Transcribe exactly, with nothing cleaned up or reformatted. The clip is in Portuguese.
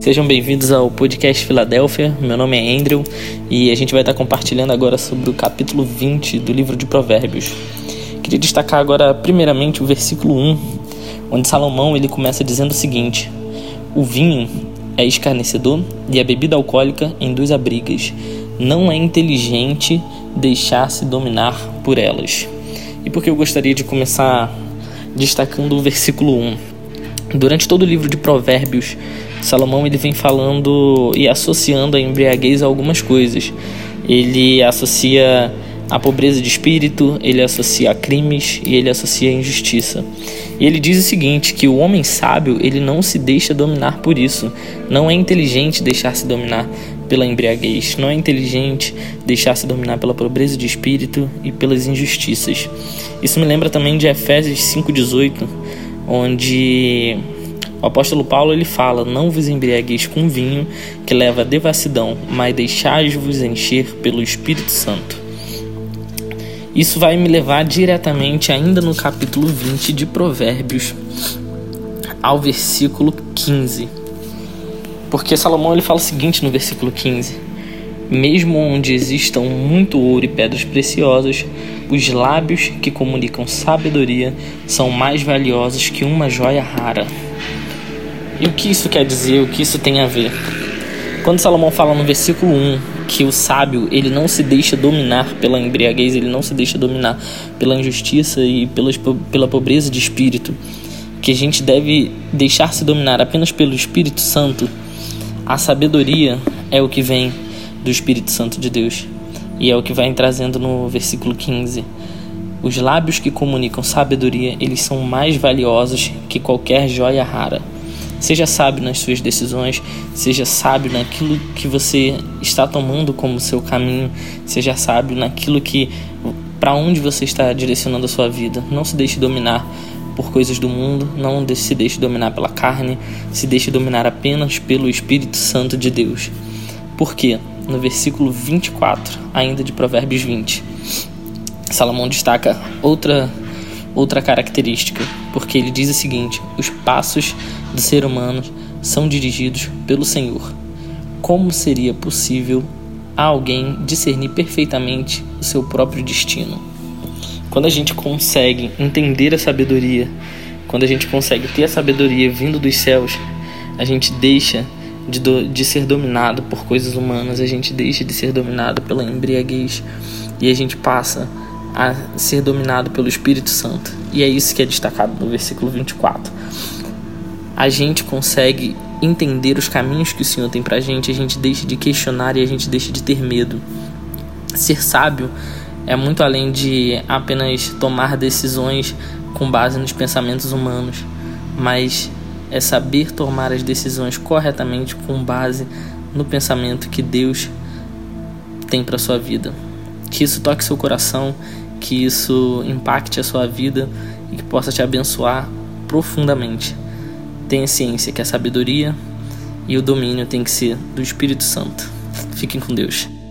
Sejam bem-vindos ao podcast Filadélfia. Meu nome é Andrew e a gente vai estar compartilhando agora sobre o capítulo vinte do livro de Provérbios. Queria destacar agora primeiramente o versículo um, onde Salomão ele começa dizendo o seguinte: o vinho é escarnecedor e a bebida alcoólica induz a brigas. Não é inteligente deixar-se dominar por elas. E por que eu gostaria de começar destacando o versículo um? Durante todo o livro de Provérbios, Salomão ele vem falando e associando a embriaguez a algumas coisas. Ele associa a pobreza de espírito, ele associa a crimes e ele associa a injustiça. E ele diz o seguinte, que o homem sábio ele não se deixa dominar por isso. Não é inteligente deixar-se dominar pela embriaguez. Não é inteligente deixar-se dominar pela pobreza de espírito e pelas injustiças. Isso me lembra também de Efésios cinco dezoito, onde o apóstolo Paulo ele fala: não vos embriagueis com vinho que leva à devassidão, mas deixai-vos encher pelo Espírito Santo. Isso vai me levar diretamente ainda no capítulo vinte de Provérbios ao versículo quinze, porque Salomão ele fala o seguinte no versículo quinze: mesmo onde existam muito ouro e pedras preciosas, os lábios que comunicam sabedoria são mais valiosos que uma joia rara. E o que isso quer dizer? O que isso tem a ver? Quando Salomão fala no versículo um que o sábio ele não se deixa dominar pela embriaguez, ele não se deixa dominar pela injustiça e pelas, pela pobreza de espírito, que a gente deve deixar-se dominar apenas pelo Espírito Santo, a sabedoria é o que vem do Espírito Santo de Deus. E é o que vai trazendo no versículo quinze. Os lábios que comunicam sabedoria, eles são mais valiosos que qualquer joia rara. Seja sábio nas suas decisões, seja sábio naquilo que você está tomando como seu caminho, seja sábio naquilo que, para onde você está direcionando a sua vida. Não se deixe dominar por coisas do mundo, não se deixe dominar pela carne, se deixe dominar apenas pelo Espírito Santo de Deus. Por quê? No versículo vinte e quatro, ainda de Provérbios vinte, Salomão destaca outra, outra característica, porque ele diz o seguinte: os passos do ser humano são dirigidos pelo Senhor. Como seria possível a alguém discernir perfeitamente o seu próprio destino? Quando a gente consegue entender a sabedoria, quando a gente consegue ter a sabedoria vindo dos céus, a gente deixa De, do, de ser dominado por coisas humanas, a gente deixa de ser dominado pela embriaguez e a gente passa a ser dominado pelo Espírito Santo. E é isso que é destacado no versículo vinte e quatro. A gente consegue entender os caminhos que o Senhor tem pra gente, a gente deixa de questionar e a gente deixa de ter medo. Ser sábio é muito além de apenas tomar decisões com base nos pensamentos humanos, mas é saber tomar as decisões corretamente com base no pensamento que Deus tem para sua vida. Que isso toque seu coração, que isso impacte a sua vida e que possa te abençoar profundamente. Tenha ciência que a sabedoria e o domínio tem que ser do Espírito Santo. Fiquem com Deus.